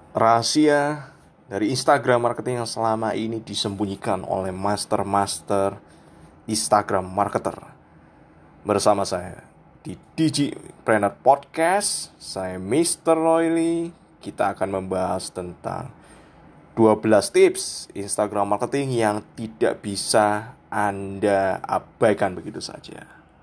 Rahasia dari Instagram marketing yang selama ini disembunyikan oleh master-master Instagram marketer. Bersama saya di Digipreneur Podcast, saya Mr. Royli. Kita akan membahas tentang 12 tips Instagram marketing yang tidak bisa Anda abaikan begitu saja.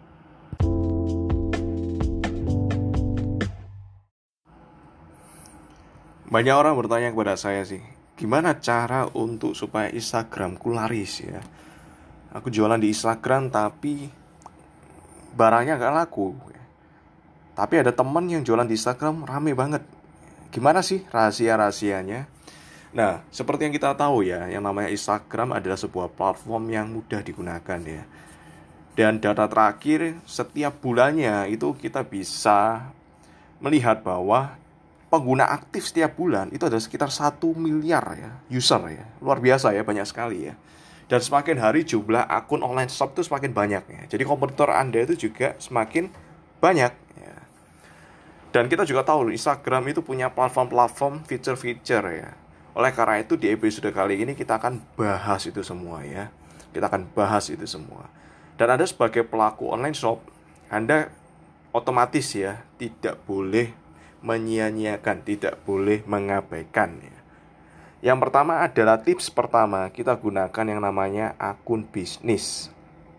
Banyak orang bertanya kepada saya sih, gimana cara untuk supaya Instagramku laris ya? Aku jualan di Instagram tapi barangnya gak laku. Tapi ada temen yang jualan di Instagram rame banget. Gimana sih rahasia-rahasianya? Nah, seperti yang kita tahu ya, yang namanya Instagram adalah sebuah platform yang mudah digunakan ya. Dan data terakhir setiap bulannya itu kita bisa melihat bahwa pengguna aktif setiap bulan itu ada sekitar 1 miliar ya, user ya. Luar biasa ya, banyak sekali ya. Dan semakin hari jumlah akun online shop itu semakin banyak ya. Jadi kompetitor Anda itu juga semakin banyak ya. Dan kita juga tahu Instagram itu punya platform-platform feature-feature ya. Oleh karena itu di episode kali ini kita akan bahas itu semua ya. Kita akan bahas itu semua. Dan Anda sebagai pelaku online shop, Anda otomatis ya tidak boleh menyia-nyiakan, tidak boleh mengabaikan ya. Yang pertama adalah tips pertama, kita gunakan yang namanya akun bisnis.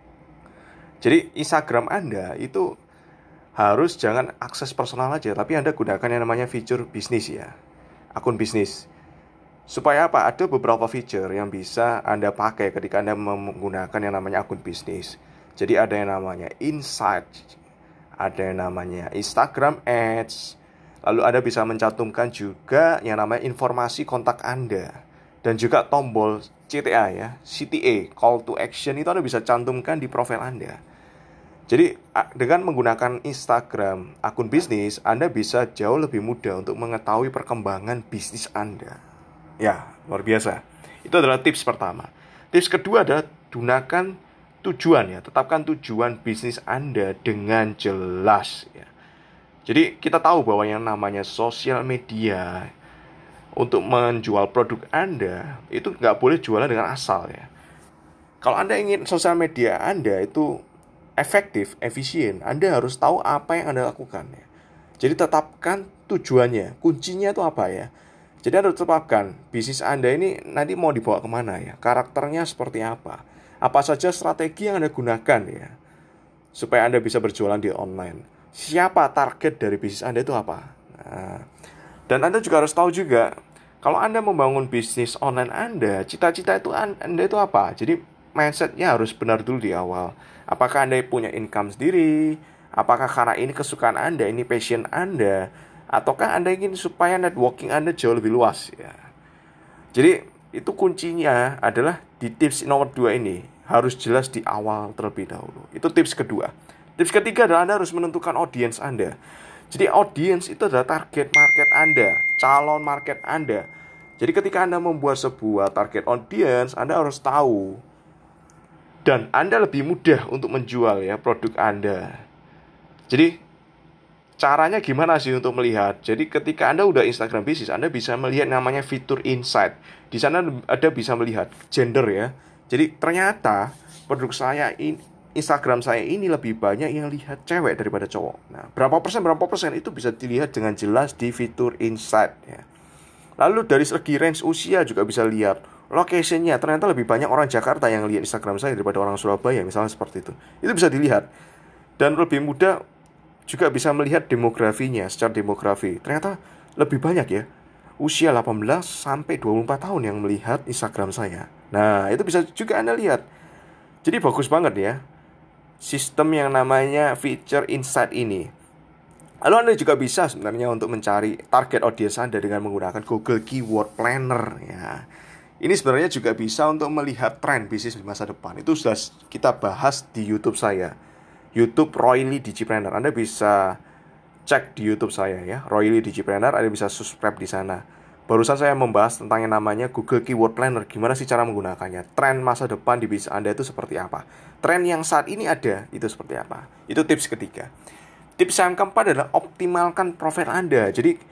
Jadi Instagram Anda itu harus jangan akses personal aja, tapi Anda gunakan yang namanya fitur bisnis ya. Akun bisnis. Supaya apa? Ada beberapa fitur yang bisa Anda pakai ketika Anda menggunakan yang namanya akun bisnis. Jadi ada yang namanya Insight, ada yang namanya Instagram Ads. Lalu Anda bisa mencantumkan juga yang namanya informasi kontak Anda. Dan juga tombol CTA ya, CTA, Call to Action itu Anda bisa cantumkan di profil Anda. Jadi dengan menggunakan Instagram akun bisnis, Anda bisa jauh lebih mudah untuk mengetahui perkembangan bisnis Anda. Ya, luar biasa. Itu adalah tips pertama. Tips kedua adalah gunakan tujuan ya. Tetapkan tujuan bisnis Anda dengan jelas ya. Jadi kita tahu bahwa yang namanya sosial media untuk menjual produk Anda itu nggak boleh jualan dengan asal ya. Kalau Anda ingin sosial media Anda itu efektif, efisien, Anda harus tahu apa yang Anda lakukan ya. Jadi tetapkan tujuannya, kuncinya itu apa ya. Jadi Anda harus tetapkan bisnis Anda ini nanti mau dibawa kemana ya. Karakternya seperti apa. Apa saja strategi yang Anda gunakan ya, supaya Anda bisa berjualan di online. Siapa target dari bisnis Anda itu apa? Nah, dan Anda juga harus tahu juga, kalau Anda membangun bisnis online Anda, cita-cita itu Anda itu apa? Jadi mindsetnya harus benar dulu di awal. Apakah Anda punya income sendiri? Apakah karena ini kesukaan Anda, ini passion Anda? Ataukah Anda ingin supaya networking Anda jauh lebih luas ya? Jadi itu kuncinya adalah di tips nomor 2 ini. Harus jelas di awal terlebih dahulu. Itu tips kedua. Tips ketiga adalah Anda harus menentukan audiens Anda. Jadi audiens itu adalah target market Anda, calon market Anda. Jadi ketika Anda membuat sebuah target audiens, Anda harus tahu. Dan Anda lebih mudah untuk menjual ya produk Anda. Jadi caranya gimana sih untuk melihat? Jadi ketika Anda udah Instagram bisnis, Anda bisa melihat namanya fitur insight. Di sana Anda bisa melihat gender ya. Jadi ternyata produk saya ini, Instagram saya ini lebih banyak yang lihat cewek daripada cowok. Nah, berapa persen itu bisa dilihat dengan jelas di fitur insight ya. Lalu dari segi range usia juga bisa lihat location-nya. Ternyata lebih banyak orang Jakarta yang lihat Instagram saya daripada orang Surabaya, misalnya seperti itu. Itu bisa dilihat. Dan lebih mudah juga bisa melihat demografinya, secara demografi. Ternyata lebih banyak ya, usia 18 sampai 24 tahun yang melihat Instagram saya. Nah, itu bisa juga Anda lihat. Jadi bagus banget ya sistem yang namanya feature insight ini. Lalu Anda juga bisa sebenarnya untuk mencari target audience Anda dengan menggunakan Google Keyword Planner ya. Ini sebenarnya juga bisa untuk melihat tren bisnis di masa depan. Itu sudah kita bahas di YouTube saya, YouTube Royli Digipreneur. Anda bisa cek di YouTube saya ya, Royli Digipreneur. Anda bisa subscribe di sana. Barusan saya membahas tentang yang namanya Google Keyword Planner. Gimana sih cara menggunakannya? Tren masa depan di bisnis Anda itu seperti apa? Tren yang saat ini ada itu seperti apa? Itu tips ketiga. Tips yang keempat adalah optimalkan profil Anda. Jadi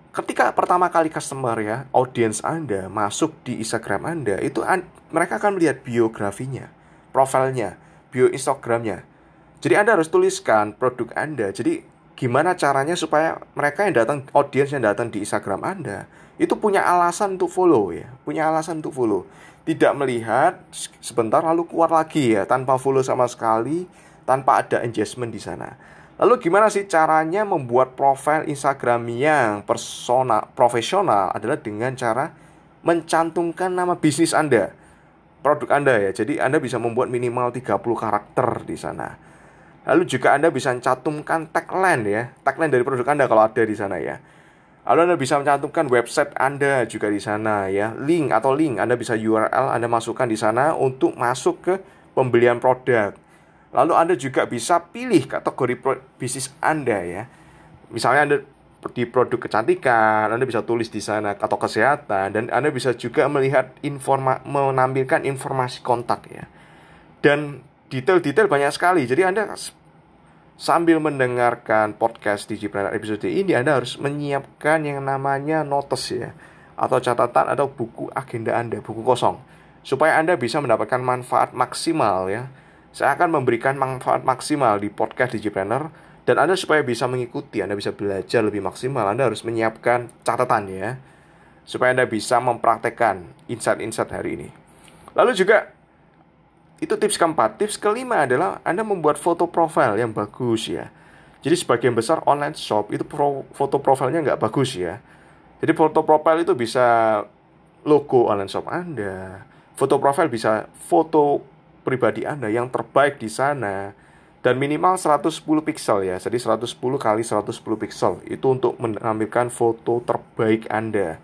ketika pertama kali customer ya, audiens Anda masuk di Instagram Anda, itu mereka akan melihat biografinya, profilnya, bio Instagramnya. Jadi Anda harus tuliskan produk Anda. Jadi gimana caranya supaya mereka yang datang, audiens yang datang di Instagram Anda, itu punya alasan untuk follow ya, punya alasan untuk follow. Tidak melihat sebentar lalu keluar lagi ya, tanpa follow sama sekali, tanpa ada engagement di sana. Lalu gimana sih caranya membuat profil Instagram yang profesional adalah dengan cara mencantumkan nama bisnis Anda, produk Anda ya. Jadi Anda bisa membuat minimal 30 karakter di sana. Lalu juga Anda bisa mencantumkan tagline ya, tagline dari produk Anda kalau ada di sana ya. Lalu Anda bisa mencantumkan website Anda juga di sana ya, link Anda bisa URL Anda masukkan di sana untuk masuk ke pembelian produk. Lalu Anda juga bisa pilih kategori bisnis Anda ya. Misalnya Anda di produk kecantikan, Anda bisa tulis di sana atau kesehatan, dan Anda bisa juga melihat menampilkan informasi kontak ya. Dan detail-detail banyak sekali. Jadi Anda sambil mendengarkan podcast Digipreneur episode ini, Anda harus menyiapkan yang namanya notes ya, atau catatan atau buku agenda Anda, buku kosong, supaya Anda bisa mendapatkan manfaat maksimal ya. Saya akan memberikan manfaat maksimal di podcast Digipreneur, dan Anda supaya bisa mengikuti, Anda bisa belajar lebih maksimal, Anda harus menyiapkan catatan ya, supaya Anda bisa mempraktekkan insight-insight hari ini. Lalu juga itu tips keempat. Tips kelima adalah Anda membuat foto profil yang bagus ya. Jadi sebagian besar online shop itu foto profilnya nggak bagus ya. Jadi foto profil itu bisa logo online shop Anda. Foto profil bisa foto pribadi Anda yang terbaik di sana. Dan minimal 110 pixel ya. Jadi 110 kali 110 pixel. Itu untuk menampilkan foto terbaik Anda.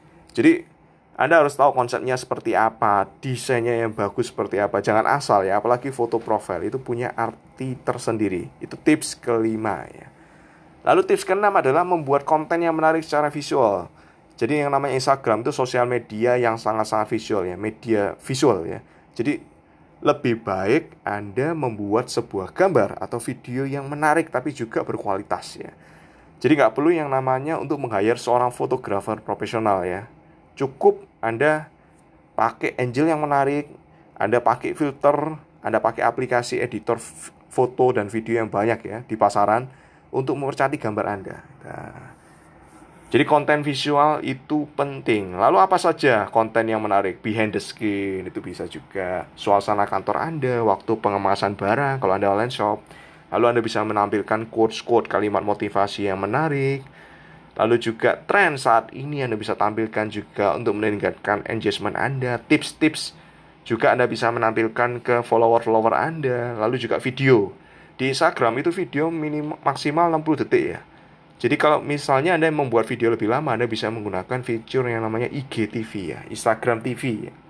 Jadi Anda harus tahu konsepnya seperti apa, desainnya yang bagus seperti apa. Jangan asal ya, apalagi foto profil itu punya arti tersendiri. Itu tips kelima ya. Lalu tips keenam adalah membuat konten yang menarik secara visual. Jadi yang namanya Instagram itu sosial media yang sangat-sangat visual ya, media visual ya. Jadi lebih baik Anda membuat sebuah gambar atau video yang menarik tapi juga berkualitas ya. Jadi nggak perlu yang namanya untuk meng-hire seorang fotografer profesional ya. Cukup Anda pakai angle yang menarik, Anda pakai filter, Anda pakai aplikasi editor foto dan video yang banyak ya di pasaran untuk mempercantik gambar Anda. Nah, jadi konten visual itu penting. Lalu apa saja konten yang menarik? Behind the scene itu bisa juga. Suasana kantor Anda, waktu pengemasan barang kalau Anda online shop. Lalu Anda bisa menampilkan quotes-quotes, kalimat motivasi yang menarik. Lalu juga tren saat ini Anda bisa tampilkan juga untuk meningkatkan engagement Anda. Tips-tips juga Anda bisa menampilkan ke follower-follower Anda. Lalu juga video. Di Instagram itu video maksimal 60 detik ya. Jadi kalau misalnya Anda membuat video lebih lama, Anda bisa menggunakan fitur yang namanya IGTV ya, Instagram TV ya.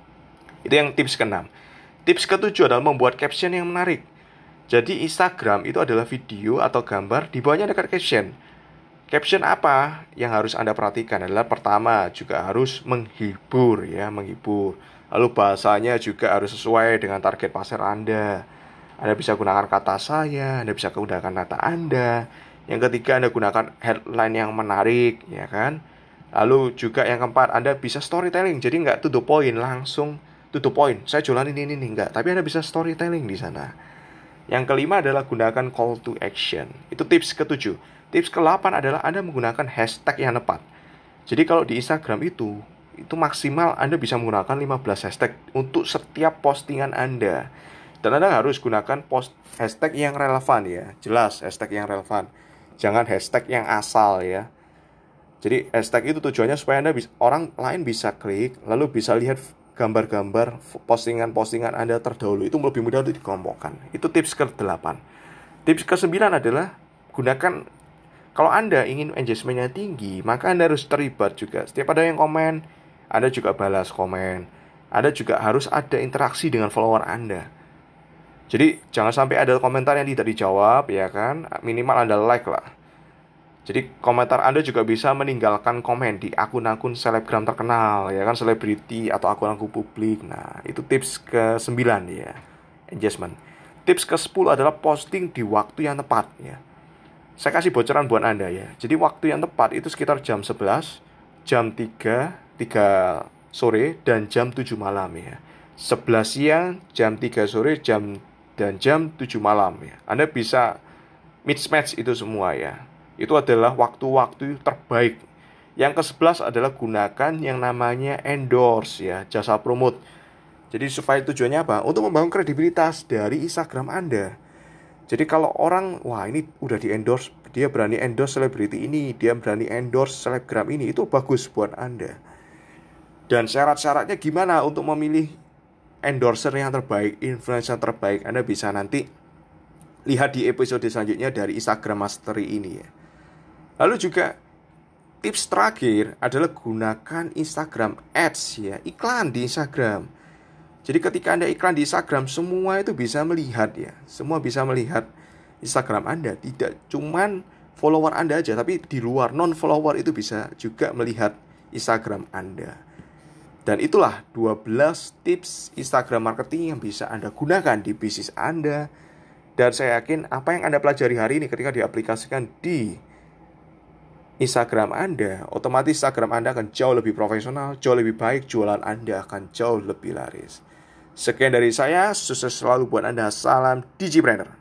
Itu yang tips ke-6. Tips ke-7 adalah membuat caption yang menarik. Jadi Instagram itu adalah video atau gambar, di bawahnya ada caption. Caption apa yang harus Anda perhatikan adalah pertama juga harus menghibur ya, menghibur. Lalu bahasanya juga harus sesuai dengan target pasar Anda. Anda bisa gunakan kata saya, Anda bisa gunakan kata Anda. Yang ketiga Anda gunakan headline yang menarik ya kan. Lalu juga yang keempat Anda bisa storytelling. Jadi nggak to the point, langsung to the point. Saya jualan ini enggak, tapi Anda bisa storytelling di sana. Yang kelima adalah gunakan call to action. Itu tips ke-7. Tips ke-8 adalah Anda menggunakan hashtag yang tepat. Jadi kalau di Instagram itu maksimal Anda bisa menggunakan 15 hashtag untuk setiap postingan Anda. Dan Anda harus gunakan hashtag yang relevan ya. Jelas hashtag yang relevan. Jangan hashtag yang asal ya. Jadi hashtag itu tujuannya supaya orang lain bisa klik, lalu bisa lihat gambar-gambar postingan-postingan Anda terdahulu. Itu lebih mudah untuk dikelompokkan. Itu tips ke-8. Tips ke-9 adalah gunakan, kalau Anda ingin engagementnya tinggi, maka Anda harus terlibat juga. Setiap ada yang komen, Anda juga balas komen. Anda juga harus ada interaksi dengan follower Anda. Jadi jangan sampai ada komentar yang tidak dijawab ya kan. Minimal Anda like lah. Jadi komentar Anda juga bisa meninggalkan komen di akun-akun selebgram terkenal ya kan, selebriti atau akun-akun publik. Nah, itu tips ke-9 ya, engagement. Tips ke-10 adalah posting di waktu yang tepat ya. Saya kasih bocoran buat Anda ya. Jadi waktu yang tepat itu sekitar jam 11, jam 3 sore, dan jam 7 malam ya. 11 siang, jam 3 sore, dan jam 7 malam ya. Anda bisa mismatch itu semua ya. Itu adalah waktu-waktu terbaik. Yang ke-11 adalah gunakan yang namanya endorse ya, jasa promote. Jadi supaya tujuannya apa? Untuk membangun kredibilitas dari Instagram Anda. Jadi kalau orang, wah ini udah di endorse, dia berani endorse selebriti ini, dia berani endorse selebgram ini, itu bagus buat Anda. Dan syarat-syaratnya gimana untuk memilih endorser yang terbaik, influencer terbaik, Anda bisa nanti lihat di episode selanjutnya dari Instagram Mastery ini ya. Lalu juga tips terakhir adalah gunakan Instagram Ads ya, iklan di Instagram. Jadi ketika Anda iklan di Instagram, semua itu bisa melihat ya. Semua bisa melihat Instagram Anda. Tidak cuman follower Anda aja, tapi di luar non-follower itu bisa juga melihat Instagram Anda. Dan itulah 12 tips Instagram marketing yang bisa Anda gunakan di bisnis Anda. Dan saya yakin apa yang Anda pelajari hari ini ketika diaplikasikan di Instagram Anda, otomatis Instagram Anda akan jauh lebih profesional, jauh lebih baik, jualan Anda akan jauh lebih laris. Sekian dari saya, sukses selalu buat Anda, salam Digipreneur.